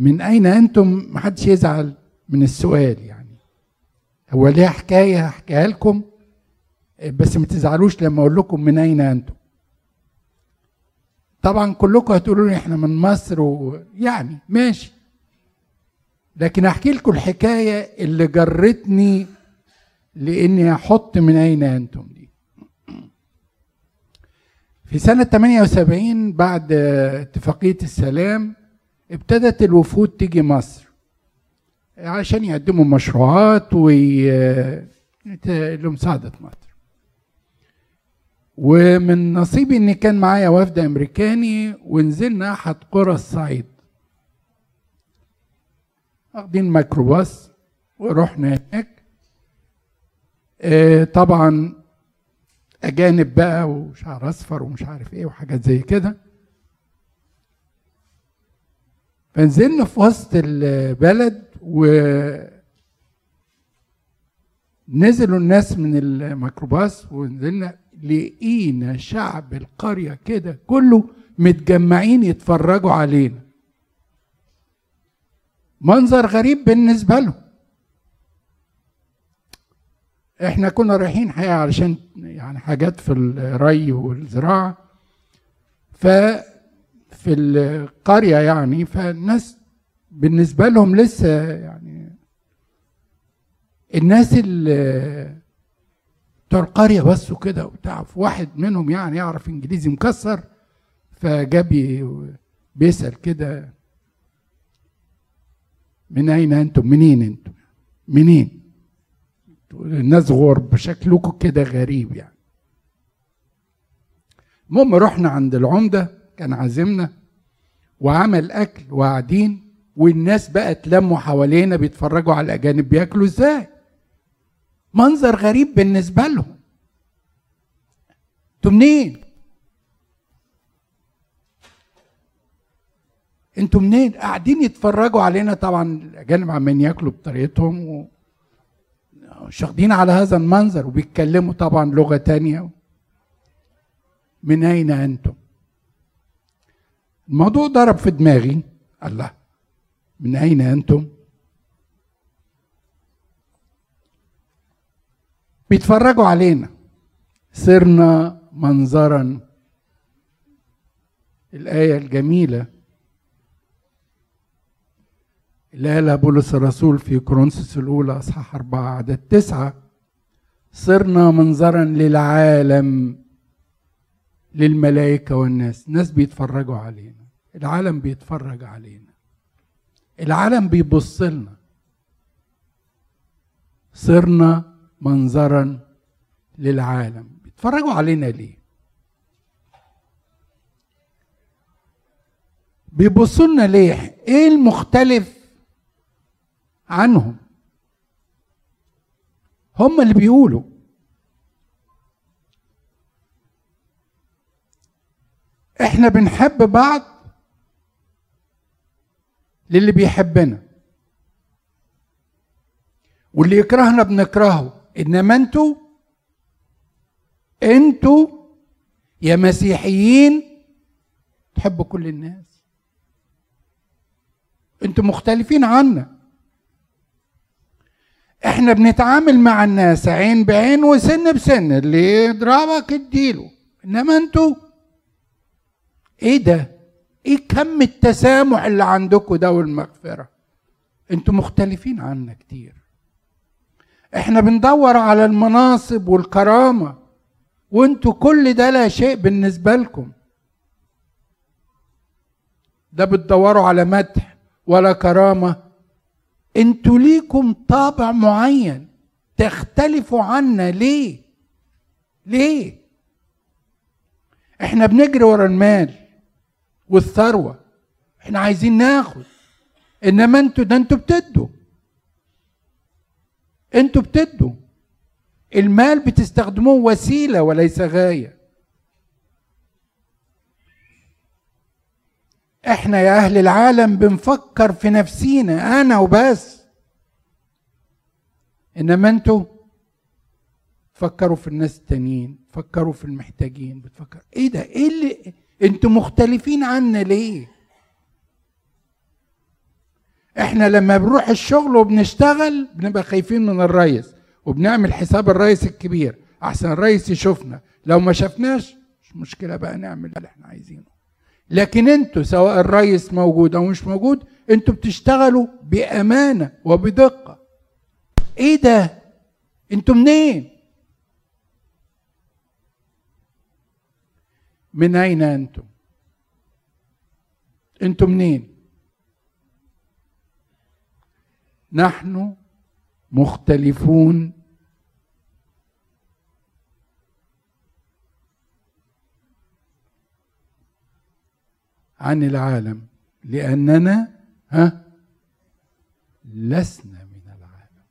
من اين انتم، محدش يزعل من السؤال يعني، هو ليها حكايه هحكيها لكم، بس ما تزعلوش لما اقول لكم من اين انتم. طبعا كلكم هتقولوا لي احنا من مصر ويعني ماشي، لكن احكي لكم الحكايه اللي جرتني لاني احط من اين انتم دي. في سنه 78 بعد اتفاقيه السلام ابتدت الوفود تيجي مصر عشان يقدموا مشروعات لمساعده مصر. ومن نصيبي ان كان معايا وفد امريكاني، ونزلنا احد قرى الصعيد، واخدين ميكروباص ورحنا هناك. طبعا اجانب بقى وشعر اصفر ومش عارف ايه وحاجات زي كده. فنزلنا في وسط البلد، ونزلوا الناس من الميكروباص، ونزلنا لقينا شعب القرية كده كله متجمعين يتفرجوا علينا. منظر غريب بالنسبة لهم. احنا كنا رايحين حقيقة علشان يعني حاجات في الري والزراعة، ففي القرية يعني، فالناس بالنسبة لهم لسه يعني الناس اللي بتوع القرية بس وكده وبتاع. واحد منهم يعني يعرف انجليزي مكسر، فجاب بيسأل كده من اين انتم، منين انتم، منين؟ الناس غرب شكلكم كده غريب يعني. المهم رحنا عند العمدة، كان عازمنا وعمل اكل وقاعدين، والناس بقى اتلموا حوالينا بيتفرجوا على الاجانب بياكلوا ازاي. منظر غريب بالنسبة لهم. انتوا منين؟ انتوا منين؟ قاعدين يتفرجوا علينا. طبعا الاجانب عمالين ياكلوا بطريقتهم ومش واخدين على هذا المنظر، وبيتكلموا طبعا لغة تانية. من اين انتم؟ الموضوع ضرب في دماغي، الله، من اين انتم؟ بيتفرجوا علينا. صرنا منظرا. الآية الجميلة اللي قالها بولس الرسول في كورنثوس الأولى أصحاح 4 عدد 9: صرنا منظرا للعالم، للملائكة والناس. ناس بيتفرجوا علينا، العالم بيتفرج علينا، العالم بيبص لنا. صرنا منظرا للعالم. بيتفرجوا علينا ليه؟ بيبصوا لنا ليه؟ ايه المختلف عنهم؟ هم اللي بيقولوا. احنا بنحب بعض للي بيحبنا، واللي يكرهنا بنكرهه. انما انتوا يا مسيحيين تحبوا كل الناس، انتوا مختلفين عنا. احنا بنتعامل مع الناس عين بعين وسن بسن، اللي يضربك اديله. انما انتوا ايه ده؟ ايه كم التسامح اللي عندكم ده والمغفرة؟ انتوا مختلفين عنا كتير. احنا بندور على المناصب والكرامة، وانتوا كل ده لا شيء بالنسبة لكم. ده بتدوروا على مدح ولا كرامة. انتوا ليكم طابع معين تختلفوا عنا. ليه؟ احنا بنجري ورا المال والثروة، احنا عايزين ناخد. انما انتوا بتدوا. المال بتستخدموه وسيلة وليس غاية. احنا يا اهل العالم بنفكر في نفسينا انا وبس، انما انتوا فكروا في الناس التانيين، فكروا في المحتاجين. بتفكر ايه ده؟ ايه اللي انتوا مختلفين عنا ليه؟ احنا لما بنروح الشغل وبنشتغل بنبقى خايفين من الرئيس، وبنعمل حساب الرئيس الكبير احسن الرئيس يشوفنا، لو ما شافناش مش مشكلة بقى، نعمل اللي احنا عايزينه. لكن انتوا سواء الرئيس موجود او مش موجود انتوا بتشتغلوا بأمانة وبدقة. ايه ده؟ انتوا منين؟ من اين انتم؟ انتوا منين؟ نحن مختلفون عن العالم لأننا لسنا من العالم.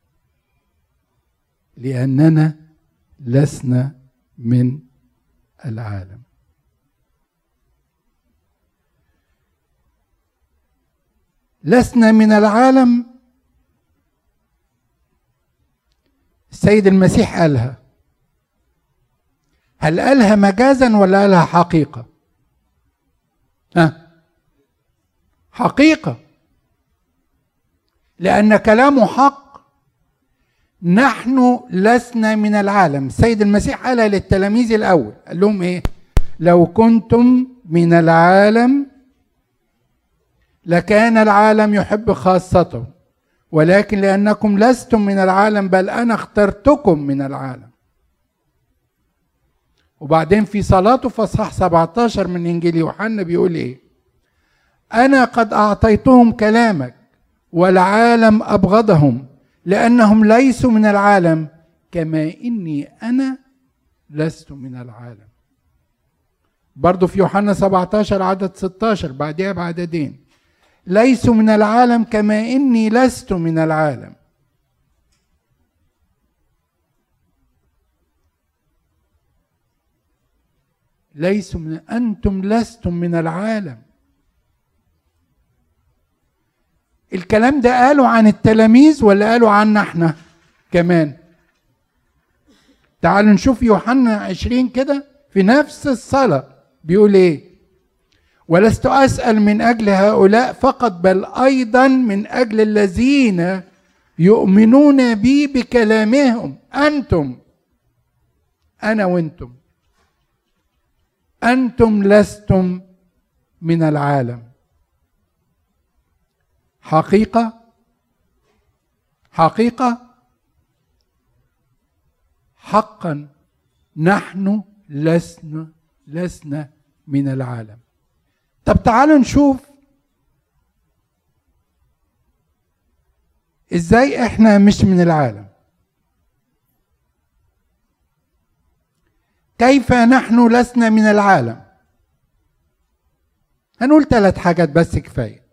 لأننا لسنا من العالم. لسنا من العالم. السيد المسيح قالها. هل قالها مجازا ولا قالها حقيقة؟ حقيقة، لأن كلامه حق. نحن لسنا من العالم. السيد المسيح قالها للتلاميذ الأول، قال لهم إيه؟ لو كنتم من العالم لكان العالم يحب خاصته، ولكن لأنكم لستم من العالم بل أنا اخترتكم من العالم. وبعدين في صلاته في اصحاح 17 من إنجيل يوحنا بيقول إيه؟ أنا قد أعطيتهم كلامك والعالم أبغضهم لأنهم ليسوا من العالم كما إني أنا لست من العالم. برضو في يوحنا 17 عدد 16 بعدها بعددين، ليسوا من العالم كما إني لست من العالم. ليسوا من، أنتم لستم من العالم. الكلام ده قالوا عن التلاميذ ولا قالوا عنا احنا كمان؟ تعالوا نشوف يوحنا 20 كده في نفس الصلاة بيقول ايه؟ ولست أسأل من أجل هؤلاء فقط بل أيضا من أجل الذين يؤمنون بي بكلامهم. أنتم، أنا وأنتم، أنتم لستم من العالم. حقيقة، حقيقة، حقا نحن لسنا من العالم. طب تعالوا نشوف ازاي احنا مش من العالم. كيف نحن لسنا من العالم؟ هنقول 3 حاجات بس كفاية.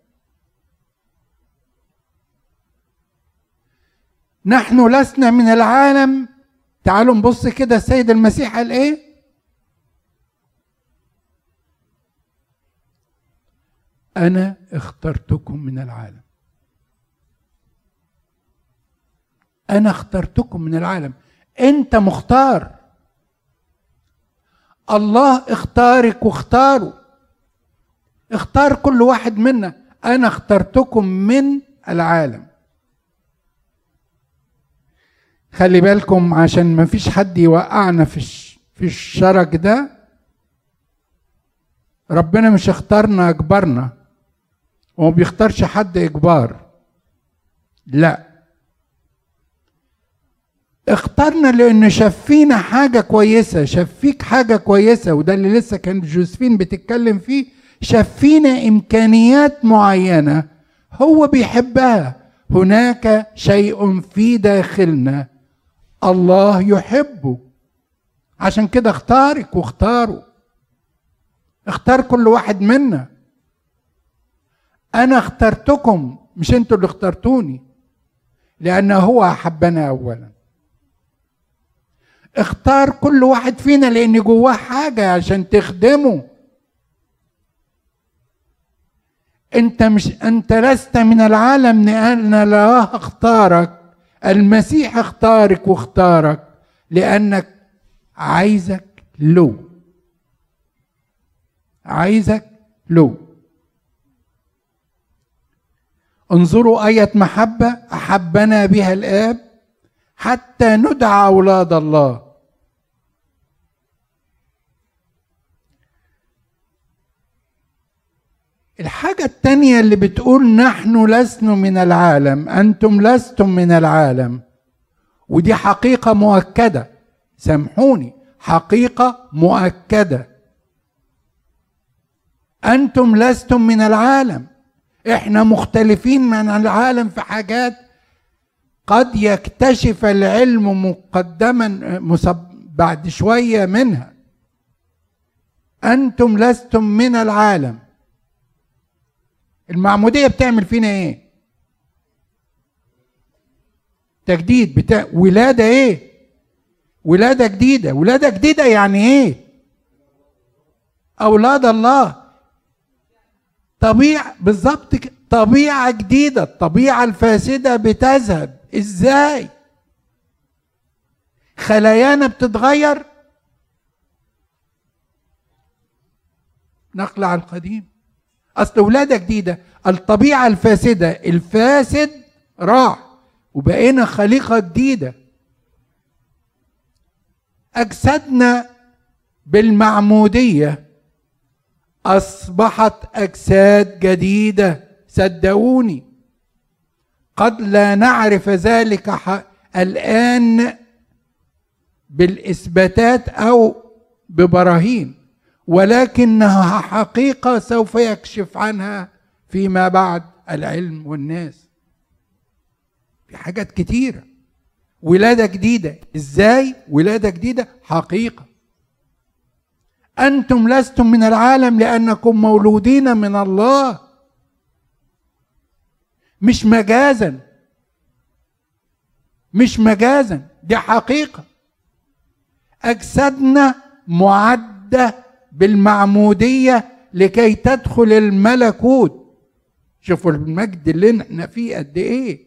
نحن لسنا من العالم. تعالوا نبص كده السيد المسيح قال ايه؟ أنا اخترتكم من العالم. أنا اخترتكم من العالم. أنت مختار. الله اختارك واختاره. اختار كل واحد منا. أنا اخترتكم من العالم. خلي بالكم عشان ما فيش حد يوقعنا في الشرك ده. ربنا مش اختارنا اجبرنا، وما بيختارش حد اجبار، لا، اختارنا لان شاف فينا حاجه كويسه، شاف فيك حاجه كويسه، وده اللي لسه كانت جوزفين بتتكلم فيه. شاف فينا امكانيات معينه هو بيحبها. هناك شيء في داخلنا الله يحبه، عشان كده اختارك واختاره. اختار كل واحد منا. انا اخترتكم، مش انتوا اللي اخترتوني، لان هو احبنا اولا. اختار كل واحد فينا لان جواه حاجه عشان تخدمه. انت لست من العالم لان الله اختارك. المسيح اختارك واختارك لانك عايزك له. عايزك له. انظروا آية محبة أحبنا بها الآب حتى ندعى أولاد الله. الحاجة التانية اللي بتقول نحن لسنا من العالم، أنتم لستم من العالم، ودي حقيقة مؤكدة، سامحوني، حقيقة مؤكدة. أنتم لستم من العالم، إحنا مختلفين من العالم في حاجات قد يكتشف العلم مقدما بعد شوية منها. أنتم لستم من العالم. المعمودية بتعمل فينا ايه؟ تجديد، ولادة ايه؟ ولادة جديدة. ولادة جديدة يعني ايه؟ أولاد الله. طبيعة بالظبط، طبيعة جديدة. الطبيعة الفاسدة بتذهب. ازاي؟ خلايانا بتتغير، نقلع القديم. اصل ولادة جديدة، الطبيعة الفاسدة، الفاسد راح وبقينا خليقة جديدة. اجسادنا بالمعمودية اصبحت اجساد جديدة. صدقوني قد لا نعرف ذلك الآن بالإثباتات أو ببراهين، ولكنها حقيقة سوف يكشف عنها فيما بعد العلم والناس. في حاجات كتيرة. ولادة جديدة. ازاي ولادة جديدة؟ حقيقة. أنتم لستم من العالم لأنكم مولودين من الله، مش مجازا، مش مجازا، دي حقيقة. أجسادنا معدة بالمعمودية لكي تدخل الملكوت. شوفوا المجد اللي احنا فيه قد ايه،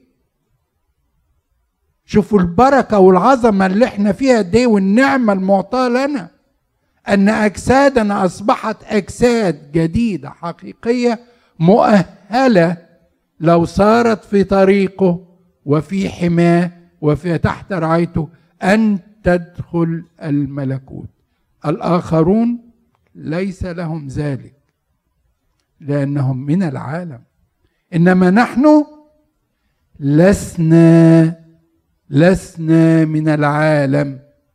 شوفوا البركة والعظمة اللي احنا فيها قد ايه، والنعمة المعطاة لنا ان اجسادنا اصبحت اجساد جديدة حقيقية مؤهلة لو صارت في طريقه وفي حماه وفي تحت رعايته ان تدخل الملكوت. الآخرون ليس لهم ذلك لأنهم من العالم، إنما نحن لسنا من العالم.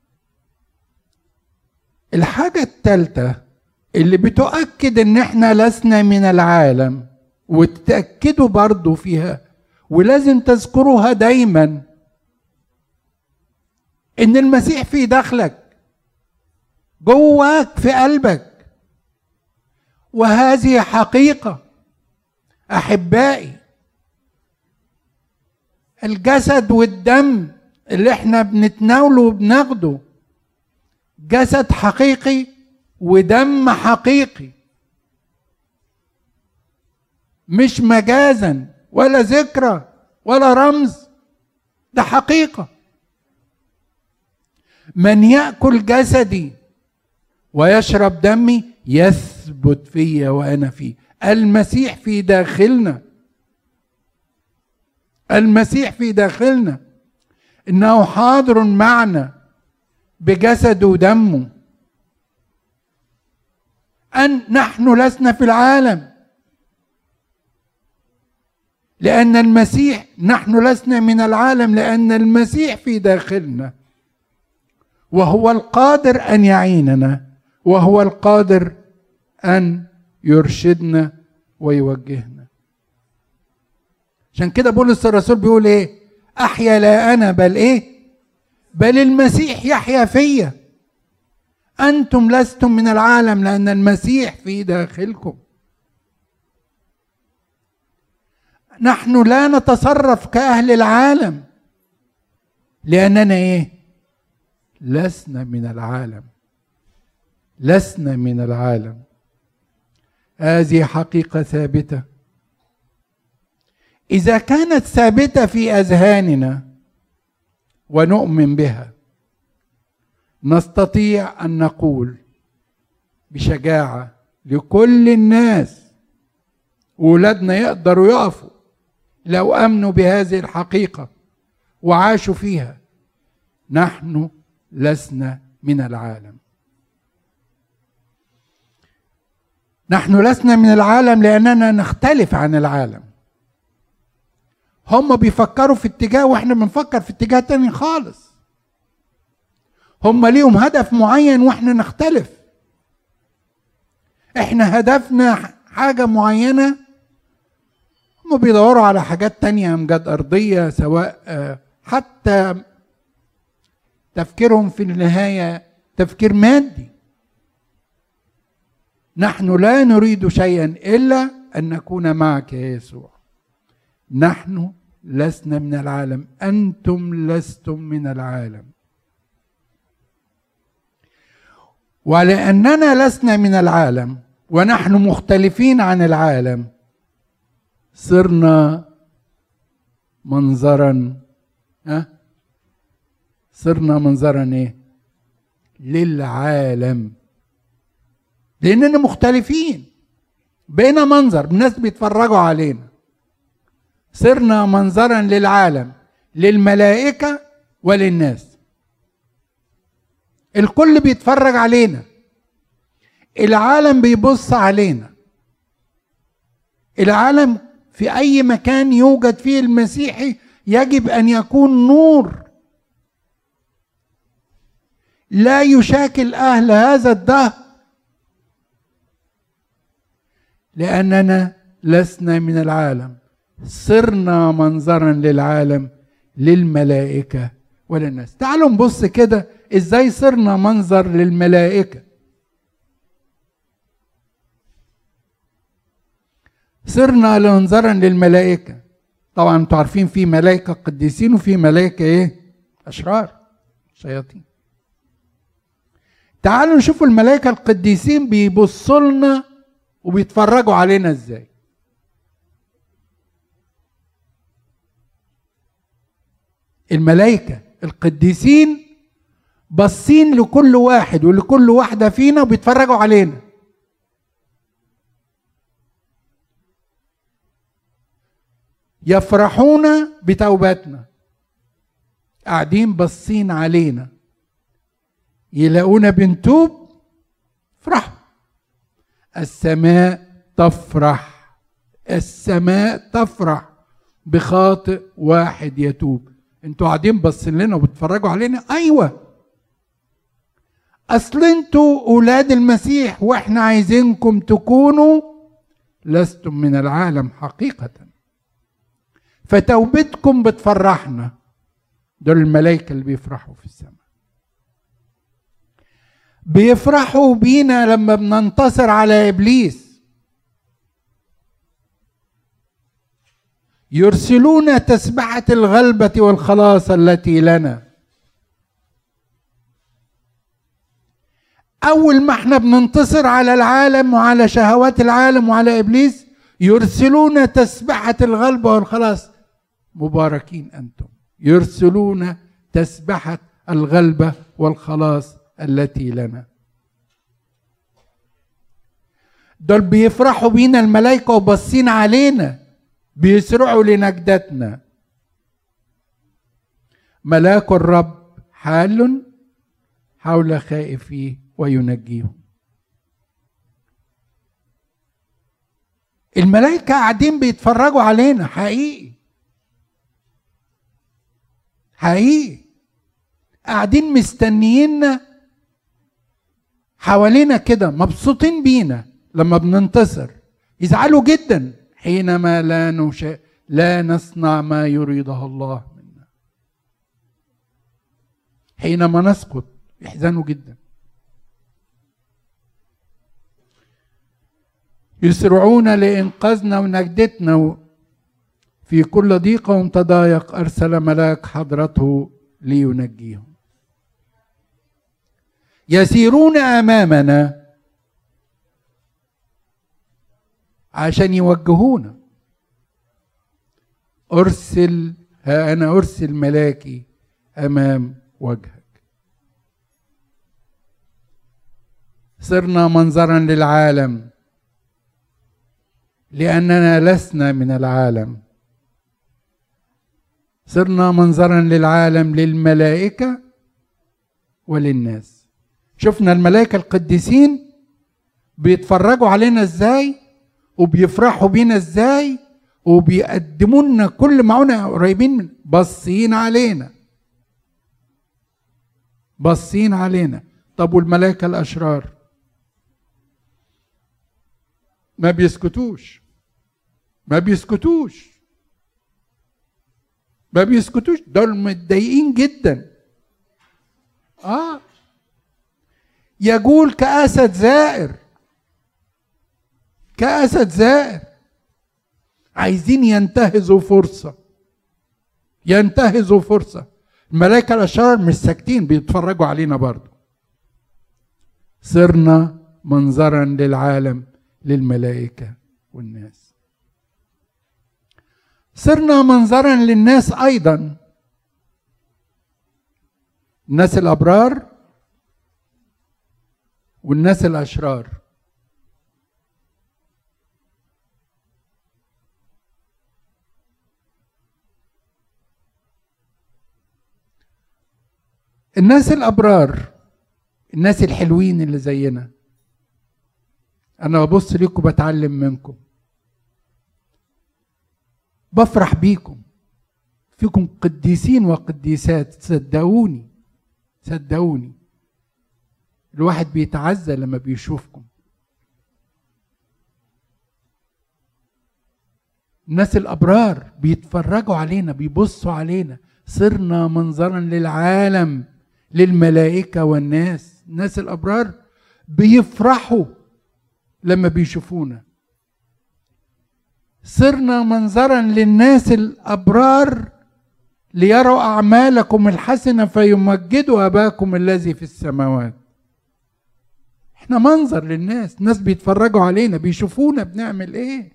الحاجة الثالثة اللي بتؤكد إن احنا لسنا من العالم، وتتأكدوا برضو فيها ولازم تذكروها دايما، إن المسيح في داخلك، جواك في قلبك. وهذه حقيقة أحبائي. الجسد والدم اللي احنا بنتناوله وبناخده جسد حقيقي ودم حقيقي، مش مجازا ولا ذكرى ولا رمز، ده حقيقة. من يأكل جسدي ويشرب دمي يثبت في وأنا فيه. المسيح في داخلنا، المسيح في داخلنا، إنه حاضر معنا بجسده ودمه. أن نحن لسنا في العالم لأن المسيح، نحن لسنا من العالم لأن المسيح في داخلنا، وهو القادر أن يعيننا، وهو القادر أن يرشدنا ويوجهنا. عشان كده بولس الرسول بيقول ايه؟ أحيا لا أنا بل ايه؟ بل المسيح يحيا فيا. أنتم لستم من العالم لأن المسيح في داخلكم. نحن لا نتصرف كأهل العالم لأننا ايه؟ لسنا من العالم، لسنا من العالم. هذه حقيقة ثابتة. إذا كانت ثابتة في أذهاننا ونؤمن بها، نستطيع أن نقول بشجاعة لكل الناس، أولادنا يقدروا يقفوا لو امنوا بهذه الحقيقه وعاشوا فيها. نحن لسنا من العالم. نحن لسنا من العالم لاننا نختلف عن العالم. هم بيفكروا في اتجاه واحنا بنفكر في اتجاه تاني خالص. هم ليهم هدف معين واحنا نختلف. احنا هدفنا حاجة معينة، هم بيدوروا على حاجات تانية، امجاد ارضية، سواء حتى تفكيرهم في النهاية تفكير مادي. نحن لا نريد شيئا الا ان نكون معك يا يسوع. نحن لسنا من العالم، انتم لستم من العالم. ولاننا لسنا من العالم ونحن مختلفين عن العالم، صرنا منظرا صرنا منظرا ايه للعالم. لاننا مختلفين، بقينا منظر، الناس بيتفرجوا علينا. صرنا منظرا للعالم، للملائكة وللناس. الكل بيتفرج علينا، العالم بيبص علينا. العالم في اي مكان يوجد فيه المسيحي يجب ان يكون نور لا يشاكل اهل هذا الدهر، لاننا لسنا من العالم. صرنا منظرا للعالم، للملائكة وللناس. تعالوا نبص كده ازاي صرنا منظر للملائكة. صرنا منظرا للملائكة. طبعا انتوا عارفين في ملائكة قديسين وفي ملائكة ايه اشرار، شياطين. تعالوا نشوفوا الملائكة القديسين بيبصوا لنا وبيتفرجوا علينا ازاي. الملائكة القديسين باصين لكل واحد ولكل واحدة فينا وبيتفرجوا علينا. يفرحون بتوبتنا، قاعدين باصين علينا، يلاقونا بنتوب فرحوا. السماء تفرح، السماء تفرح بخاطئ واحد يتوب. انتوا قاعدين باصين لنا وبتتفرجوا علينا. ايوه، اصل انتوا اولاد المسيح واحنا عايزينكم تكونوا لستم من العالم حقيقة، فتوبتكم بتفرحنا. دول الملائكة اللي بيفرحوا في السماء. بيفرحوا بينا لما بننتصر على ابليس. يرسلون تسبحة الغلبة والخلاص التي لنا. اول ما احنا بننتصر على العالم وعلى شهوات العالم وعلى ابليس، يرسلون تسبحة الغلبة والخلاص. مباركين انتم، يرسلون تسبحة الغلبة والخلاص التي لنا. دول بيفرحوا بينا الملائكة وبصين علينا، بيسرعوا لنجدتنا. ملاك الرب حال حول خائفيه وينجيهم. الملائكة قاعدين بيتفرجوا علينا حقيقي حقيقي، قاعدين مستنييننا حوالينا كده، مبسوطين بينا لما بننتصر. يزعلوا جدا حينما لا نصنع ما يريده الله منا. حينما نسقط يحزنوا جدا. يسرعون لإنقاذنا ونجدتنا. في كل ضيقة تضايق أرسل ملاك حضرته لينجيهم. يسيرون أمامنا عشان يوجهونا. ها أنا أرسل ملاكي أمام وجهك. صرنا منظرا للعالم لأننا لسنا من العالم صرنا منظرا للعالم، للملائكة وللناس. شفنا الملائكة القديسين بيتفرجوا علينا ازاي، وبيفرحوا بينا ازاي، وبيقدموا لنا كل معونة، قريبين من باصين علينا، باصين علينا. طب والملائكة الأشرار ما بيسكتوش، ما بيسكتوش، ما بيسكتوش، دول متضايقين جدا. يجول كأسد زائر، كأسد زائر، عايزين ينتهزوا فرصة، ينتهزوا فرصة. الملائكة الأشرار مش ساكتين، بيتفرجوا علينا برضو. صرنا منظرا للعالم، للملائكة والناس. صرنا منظرا للناس أيضا، الناس الأبرار والناس الأشرار. الناس الأبرار، الناس الحلوين اللي زينا، أنا ببص ليكم بتعلم منكم، بفرح بيكم، فيكم قديسين وقديسات. صدقوني صدقوني، الواحد بيتعزى لما بيشوفكم. الناس الأبرار بيتفرجوا علينا، بيبصوا علينا. صرنا منظرا للعالم، للملائكة والناس. الناس الأبرار بيفرحوا لما بيشوفونا. صرنا منظرا للناس الأبرار ليروا أعمالكم الحسنة فيمجدوا أباكم الذي في السماوات. احنا منظر للناس، الناس بيتفرجوا علينا، بيشوفونا بنعمل ايه.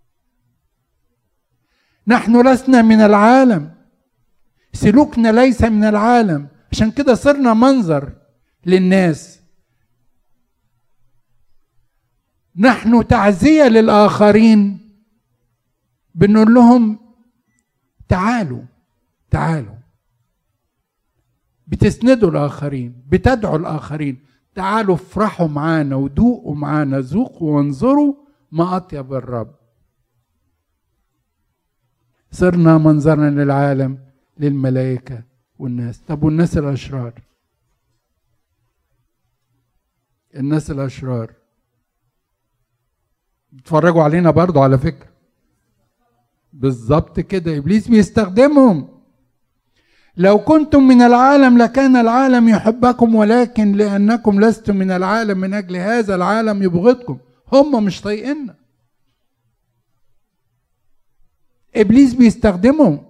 نحن لسنا من العالم، سلوكنا ليس من العالم، عشان كده صرنا منظر للناس. نحن تعزية للآخرين، بنقول لهم تعالوا تعالوا. بتسندوا الآخرين، بتدعوا الآخرين، تعالوا افرحوا معانا ودوقوا معانا، ذوقوا وانظروا ما أطيب الرب. صرنا منظرا للعالم، للملائكة والناس. طب والناس الأشرار؟ الناس الأشرار بيتفرجوا علينا برضو على فكرة، بالظبط كده. إبليس بيستخدمهم. لو كنتم من العالم لكان العالم يحبكم، ولكن لأنكم لستم من العالم من أجل هذا العالم يبغضكم. هم مش طايقيننا، إبليس بيستخدمهم،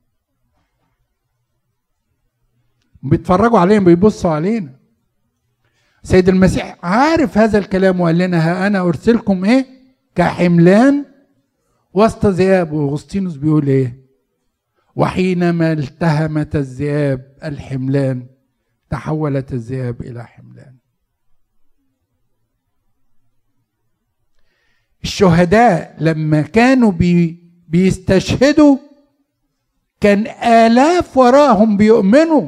بيتفرجوا علينا، بيبصوا علينا. سيد المسيح عارف هذا الكلام وقال لنا ها أنا أرسلكم إيه؟ كحملان وسط ذئاب. وأغسطينوس بيقول إيه؟ وحينما التهمت الذئاب الحملان تحولت الذئاب إلى حملان. الشهداء لما كانوا بيستشهدوا كان آلاف وراهم بيؤمنوا.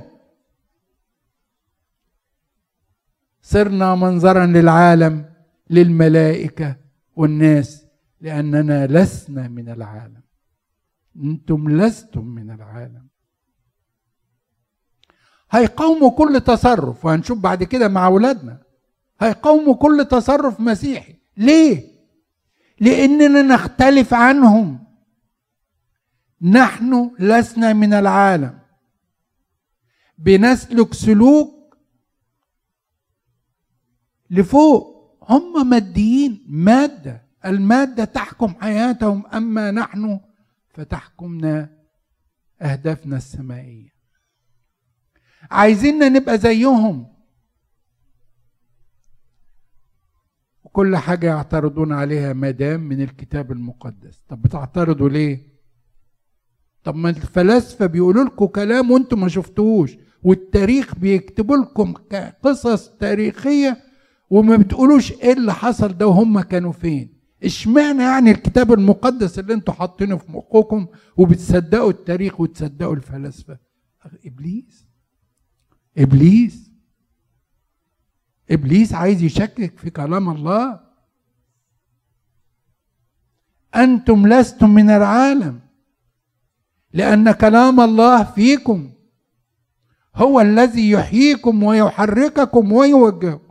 صرنا منظرا للعالم، للملائكة والناس، لأننا لسنا من العالم. أنتم لستم من العالم. هيقاوموا كل تصرف، وهنشوف بعد كده مع أولادنا هيقاوموا كل تصرف مسيحي. ليه؟ لأننا نختلف عنهم. نحن لسنا من العالم، بنسلك سلوك لفوق. هم ماديين، مادة، المادة تحكم حياتهم، أما نحن فتحكمنا أهدافنا السمائية. عايزيننا نبقى زيهم، وكل حاجة يعترضون عليها مادام من الكتاب المقدس. طب بتعترضوا ليه؟ طب ما الفلاسفة بيقولوا لكم كلام وانتم ما شفتوش، والتاريخ بيكتبوا لكم قصص تاريخية وما بتقولوش ايه اللي حصل ده وهم كانوا فين. اشمعنى يعني الكتاب المقدس اللي انتوا حاطينه في مخكم وبتصدقوا التاريخ وتصدقوا الفلاسفة؟ إبليس عايز يشكك في كلام الله. أنتم لستم من العالم لأن كلام الله فيكم هو الذي يحييكم ويحرككم ويوجهكم.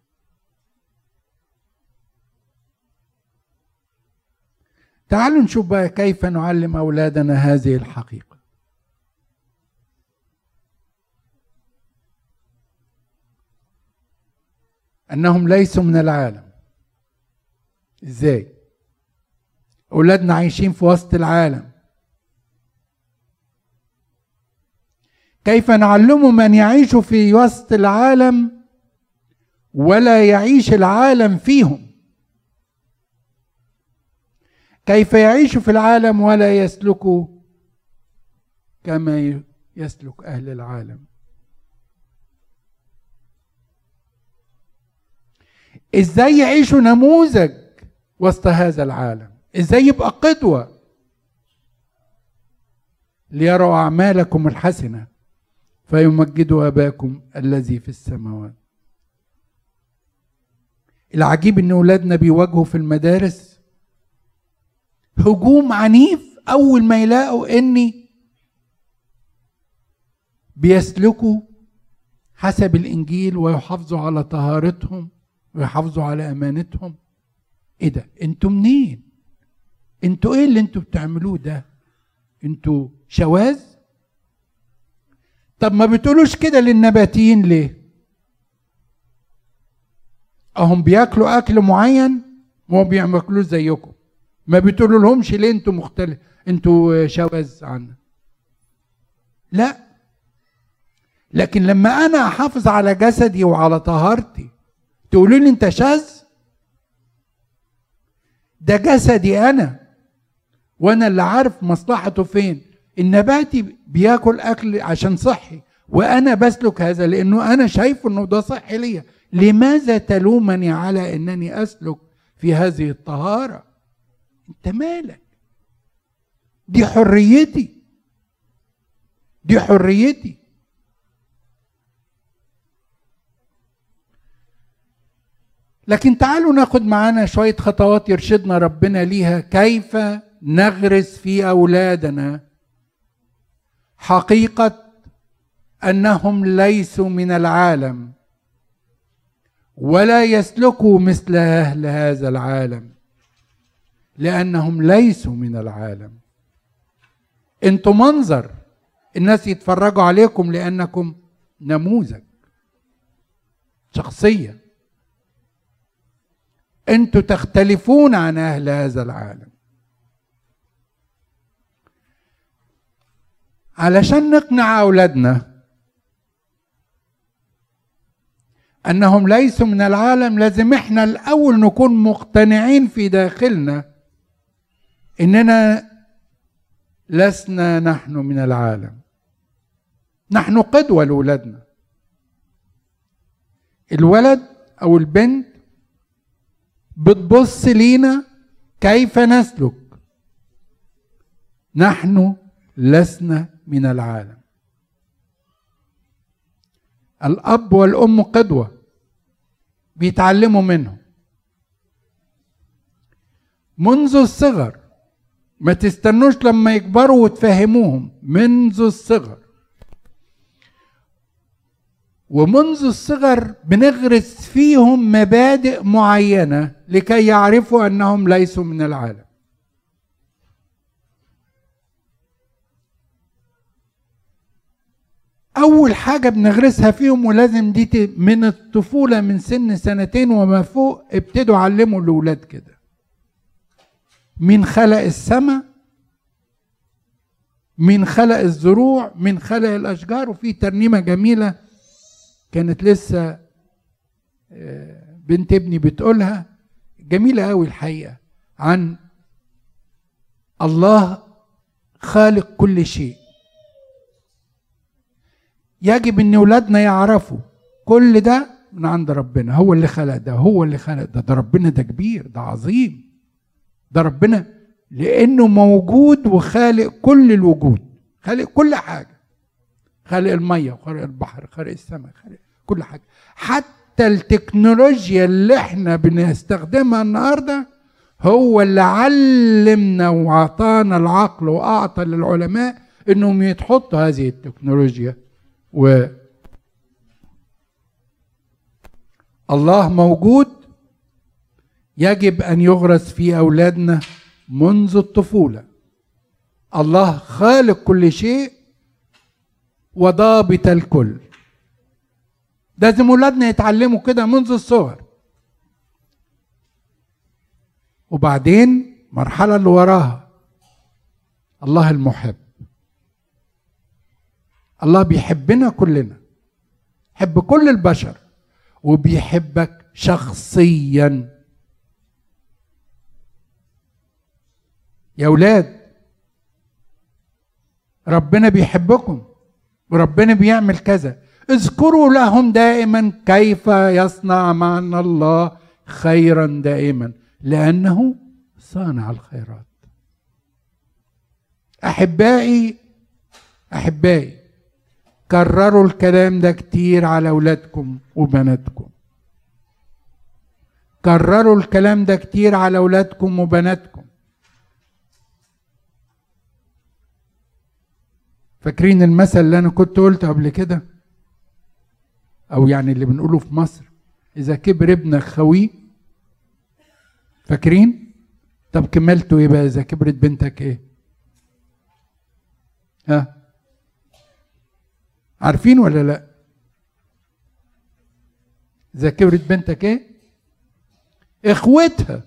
تعالوا نشوف بقى كيف نعلم أولادنا هذه الحقيقة. أنهم ليسوا من العالم. إزاي؟ أولادنا عايشين في وسط العالم. كيف نعلم من يعيش في وسط العالم ولا يعيش العالم فيهم؟ كيف يعيش في العالم ولا يسلك كما يسلك أهل العالم؟ إزاي يعيشوا نموذج وسط هذا العالم؟ إزاي يبقى قدوة ليروا أعمالكم الحسنة فيمجدوا أباكم الذي في السماوات. العجيب إن أولادنا بيواجهوا في المدارس هجوم عنيف أول ما يلاقوا إني بيسلكوا حسب الإنجيل ويحافظوا على طهارتهم ويحافظوا على أمانتهم. إيه ده؟ أنتوا منين؟ أنتوا إيه اللي أنتوا بتعملوه ده؟ أنتوا شواذ؟ طب ما بتقولوش كده للنباتيين ليه؟ أهم بياكلوا أكل معين وما بياكلوش زيكم. ما بتقولوا لهمش ليه أنتوا مختلف، أنتوا شواذ عنا؟ لا، لكن لما أنا أحافظ على جسدي وعلى طهارتي تقولوا لي أنت شاذ؟ ده جسدي أنا وأنا اللي عارف مصلحته فين. النباتي بياكل أكل عشان صحي وأنا بسلك هذا لأنه أنا شايف أنه ده صحي ليا. لماذا تلومني على أنني أسلك في هذه الطهارة؟ أنت مالك؟ دي حريتي، دي حريتي. لكن تعالوا ناخد معانا شوية خطوات يرشدنا ربنا ليها كيف نغرس في أولادنا حقيقة أنهم ليسوا من العالم ولا يسلكوا مثل أهل هذا العالم لأنهم ليسوا من العالم. أنتم منظر الناس يتفرجوا عليكم لأنكم نموذج، شخصية. أنتم تختلفون عن أهل هذا العالم. علشان نقنع أولادنا أنهم ليسوا من العالم لازم إحنا الأول نكون مقتنعين في داخلنا إننا لسنا نحن من العالم. نحن قدوة لأولادنا. الولد أو البنت بتبص لينا كيف نسلك. نحن لسنا من العالم. الأب والأم قدوة بيتعلموا منهم منذ الصغر. ما تستنوش لما يكبروا وتفهموهم، منذ الصغر. ومنذ الصغر بنغرس فيهم مبادئ معينة لكي يعرفوا أنهم ليسوا من العالم. أول حاجة بنغرسها فيهم، ولازم دي من الطفولة، من سن 2 وما فوق ابتدوا علموا الأولاد كده. مين خلق السماء، مين خلق الزروع، مين خلق الأشجار. وفي ترنيمة جميلة كانت لسه بنت ابني بتقولها، جميلة قوي الحقيقة، عن الله خالق كل شيء. يجب ان اولادنا يعرفوا كل ده من عند ربنا. هو اللي خلق ده، هو اللي خلق ده. ده ربنا ده كبير، ده عظيم. ده ربنا لانه موجود وخالق كل الوجود، خالق كل حاجه، خالق الميه وخالق البحر، خالق السماء، خالق كل حاجه. حتى التكنولوجيا اللي احنا بنستخدمها النهارده هو اللي علمنا وعطانا العقل واعطى للعلماء انهم يتحطوا هذه التكنولوجيا. الله موجود، يجب ان يغرس في اولادنا منذ الطفوله. الله خالق كل شيء وضابط الكل. لازم اولادنا يتعلموا كده منذ الصغر. وبعدين المرحله اللي وراها الله المحب. الله بيحبنا كلنا، يحب كل البشر وبيحبك شخصيا. يا اولاد ربنا بيحبكم وربنا بيعمل كذا. اذكروا لهم دائما كيف يصنع معنا الله خيرا دائما لأنه صانع الخيرات. أحبائي كرروا الكلام ده كتير على أولادكم وبناتكم. كرروا الكلام ده كتير على أولادكم وبناتكم. فاكرين المثل اللي أنا كنت قلته قبل كده، أو يعني اللي بنقوله في مصر، إذا كبر ابنك خويه؟ فاكرين؟ طب كملتوا إيه بقى إذا كبرت بنتك إيه؟ ها؟ عارفين ولا لا؟ إذا كبرت بنتك إيه؟ إخوتها.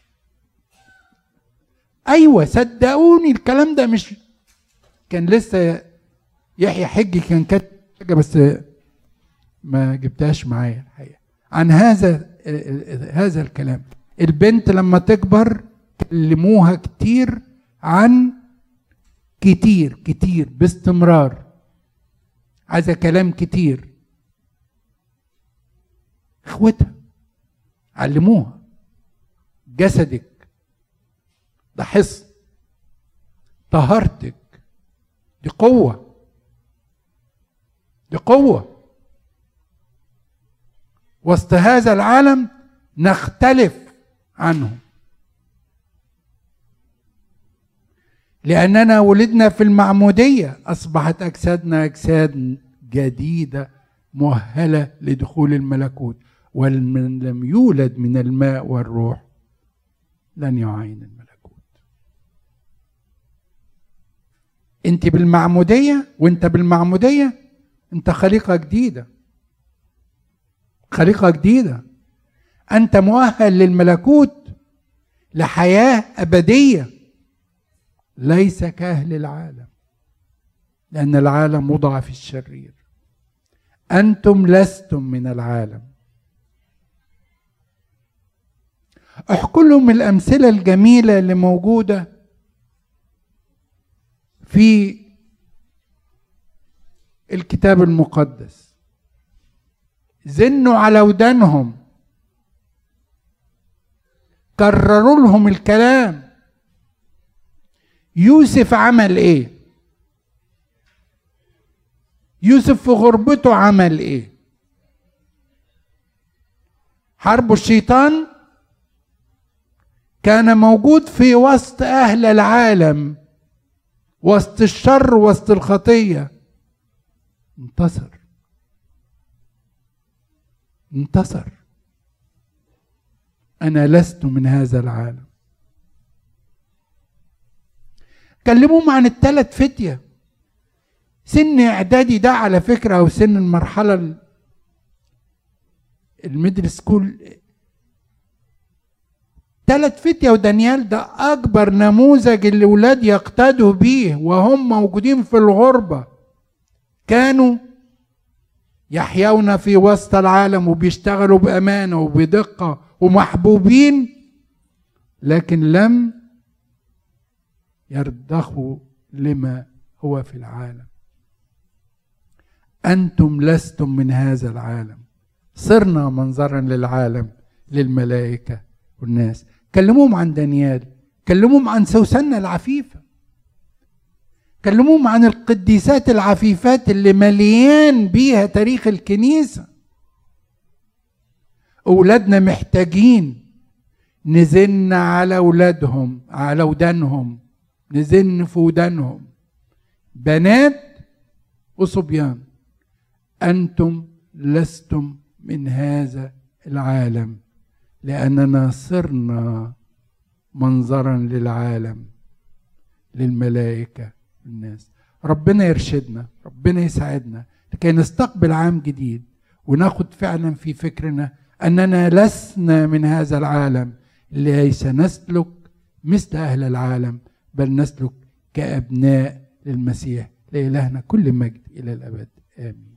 أيوة صدقوني الكلام ده مش كان لسه يحيى حجي كان كاتب حاجة بس ما جبتهاش معايا الحقيقة عن هذا الكلام. البنت لما تكبر كلموها كتير عن كتير باستمرار، عايزة كلام كتير. اخوتها علموها جسدك ده حصن، طهارتك دي قوة، دي قوة. وسط هذا العالم نختلف عنه لأننا ولدنا في المعمودية، أصبحت أجسادنا أجساد جديدة مؤهلة لدخول الملكوت. ومن لم يولد من الماء والروح لن يعاين الملكوت. انت بالمعمودية، وانت بالمعمودية انت خليقة جديدة، خليقة جديدة. أنت مؤهل للملكوت، لحياة أبدية ليس كأهل العالم، لأن العالم وضع في الشرير. أنتم لستم من العالم. أحكي لهم الأمثلة الجميلة اللي موجودة في الكتاب المقدس. زنوا على ودانهم، كرروا لهم الكلام. يوسف عمل ايه؟ يوسف في غربته عمل ايه؟ حرب الشيطان كان موجود في وسط اهل العالم، وسط الشر، وسط الخطية. انتصر. أنا لست من هذا العالم. كلموهم عن الثلاث فتية. سن إعدادي ده على فكرة، أو سن المرحلة الميدل سكول، 3 فتية ودانيال ده أكبر نموذج الأولاد يقتدوا بيه وهم موجودين في الغربة. كانوا يحيون في وسط العالم وبيشتغلوا بأمانة وبدقة ومحبوبين، لكن لم يرضخوا لما هو في العالم. أنتم لستم من هذا العالم، صرنا منظرا للعالم، للملائكة والناس. كلموهم عن دانيال كلموهم عن سوسنة العفيفة، كلموهم عن القديسات العفيفات اللي مليان بيها تاريخ الكنيسة. أولادنا محتاجين نزن على أولادهم، على ودانهم، نزن في ودانهم، بنات وصبيان: أنتم لستم من هذا العالم، لأننا صرنا منظرا للعالم، للملائكة، الناس. ربنا يرشدنا، ربنا يساعدنا لكي نستقبل عام جديد وناخد فعلا في فكرنا أننا لسنا من هذا العالم، ليس نسلك مثل أهل العالم، بل نسلك كأبناء للمسيح. لإلهنا كل مجد إلى الأبد، آمين.